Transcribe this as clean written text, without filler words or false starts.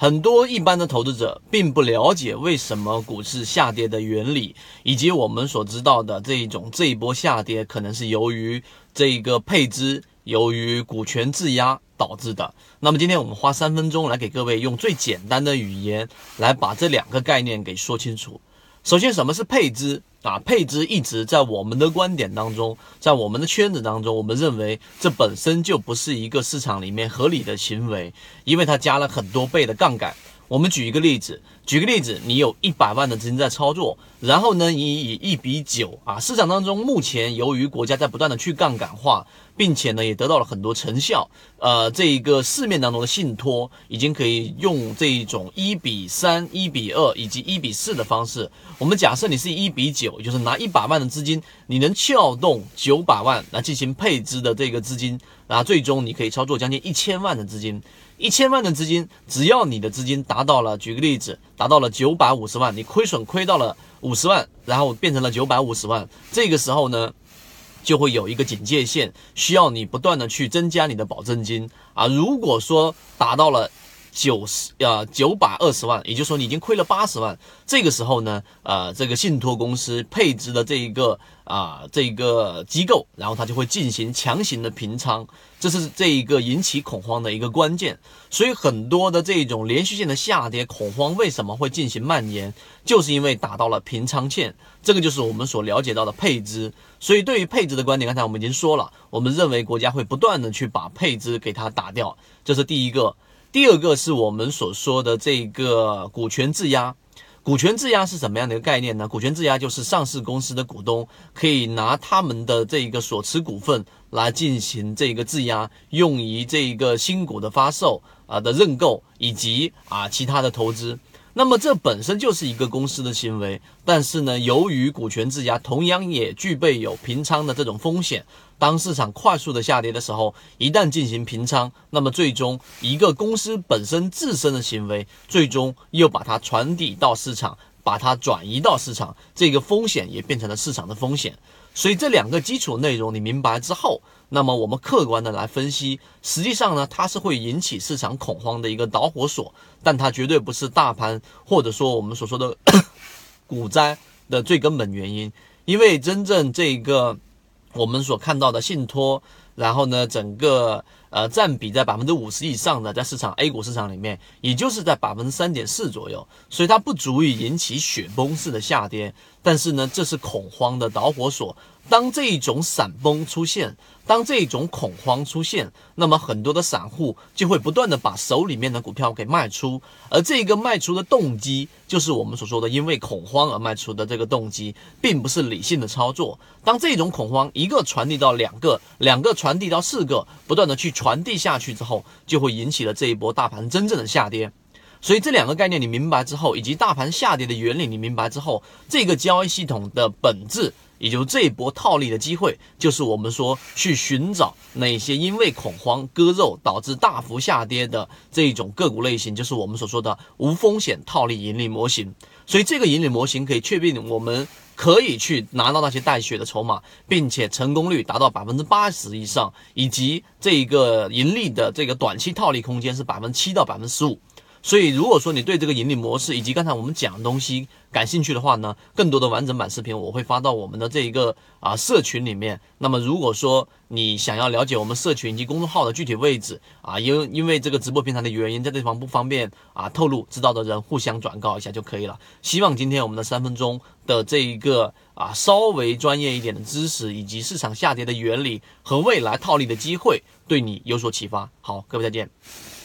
很多一般的投资者并不了解为什么股市下跌的原理，以及我们所知道的这一波下跌可能是由于这个配资，由于股权质押导致的。那么今天我们花3分钟来给各位用最简单的语言来把这两个概念给说清楚。首先，什么是配资？配资一直在我们的观点当中，在我们的圈子当中，我们认为这本身就不是一个市场里面合理的行为，因为它加了很多倍的杠杆。我们举一个例子，你有100万的资金在操作，然后呢，你以1比9市场当中目前由于国家在不断的去杠杆化，并且呢也得到了很多成效，这一个市面当中的信托已经可以用这一种1比3、1比2以及1比4的方式。我们假设你是1比9，也就是拿100万的资金，你能撬动900万来进行配资的这个资金，最终你可以操作将近1000万的资金。1000万的资金，只要你的资金达到了，举个例子，达到了950万，你亏到了50万，然后变成了950万，这个时候呢，就会有一个警戒线，需要你不断的去增加你的保证金如果说达到了920万，也就是说你已经亏了80万，这个时候呢，这个信托公司配置的这一个机构，然后它就会进行强行的平仓，这是这一个引起恐慌的一个关键。所以很多的这种连续性的下跌恐慌为什么会进行蔓延，就是因为打到了平仓线，这个就是我们所了解到的配资。所以对于配资的观点，刚才我们已经说了，我们认为国家会不断的去把配资给它打掉，这是第一个。第二个是我们所说的这个股权质押。股权质押是什么样的一个概念呢？股权质押就是上市公司的股东可以拿他们的这个所持股份来进行这个质押，用于这个新股的发售的认购以及其他的投资。那么这本身就是一个公司的行为，但是呢，由于股权质押同样也具备有平仓的这种风险，当市场快速的下跌的时候，一旦进行平仓，那么最终一个公司本身自身的行为，最终又把它传递到市场，把它转移到市场，这个风险也变成了市场的风险。所以这两个基础内容你明白之后，那么我们客观的来分析，实际上呢，它是会引起市场恐慌的一个导火索，但它绝对不是大盘或者说我们所说的股灾的最根本原因。因为真正这个我们所看到的信托，然后呢，整个占比在 50% 以上的，在市场 A 股市场里面，也就是在 3.4% 左右，所以它不足以引起雪崩式的下跌。但是呢，这是恐慌的导火索。当这种闪崩出现，当这种恐慌出现，那么很多的散户就会不断的把手里面的股票给卖出，而这个卖出的动机就是我们所说的因为恐慌而卖出的这个动机，并不是理性的操作。当这种恐慌一个传递到2个，2个传递到4个，不断的去传递下去之后，就会引起了这一波大盘真正的下跌。所以这两个概念你明白之后，以及大盘下跌的原理你明白之后，这个交易系统的本质，也就是这一波套利的机会，就是我们说去寻找那些因为恐慌割肉导致大幅下跌的这一种个股类型，就是我们所说的无风险套利盈利模型。所以这个盈利模型可以确定我们可以去拿到那些带血的筹码，并且成功率达到 80% 以上，以及这个盈利的这个短期套利空间是 7% 到 15%。所以如果说你对这个盈利模式以及刚才我们讲的东西感兴趣的话呢，更多的完整版视频我会发到我们的这一个社群里面。那么如果说你想要了解我们社群以及公众号的具体位置因为这个直播平台的原因，在这地方不方便透露，知道的人互相转告一下就可以了。希望今天我们的3分钟的这一个稍微专业一点的知识，以及市场下跌的原理和未来套利的机会，对你有所启发。好，各位再见。